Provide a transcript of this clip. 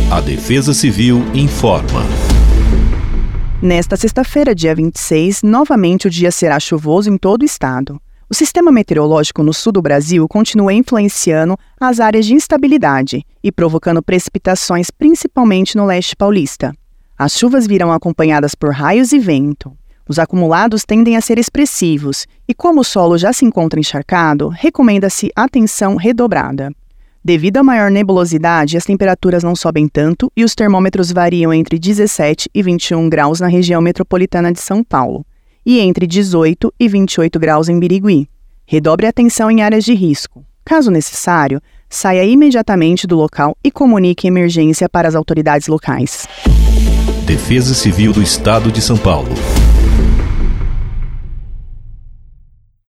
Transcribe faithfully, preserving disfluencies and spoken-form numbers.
A Defesa Civil informa. Nesta sexta-feira, dia vinte e seis, novamente o dia será chuvoso em todo o estado. O sistema meteorológico no sul do Brasil continua influenciando as áreas de instabilidade e provocando precipitações principalmente no leste paulista. As chuvas virão acompanhadas por raios e vento. Os acumulados tendem a ser expressivos e, como o solo já se encontra encharcado, recomenda-se atenção redobrada. Devido à maior nebulosidade, as temperaturas não sobem tanto e os termômetros variam entre dezessete e vinte e um graus na região metropolitana de São Paulo e entre dezoito e vinte e oito graus em Birigui. Redobre a atenção em áreas de risco. Caso necessário, saia imediatamente do local e comunique emergência para as autoridades locais. Defesa Civil do Estado de São Paulo.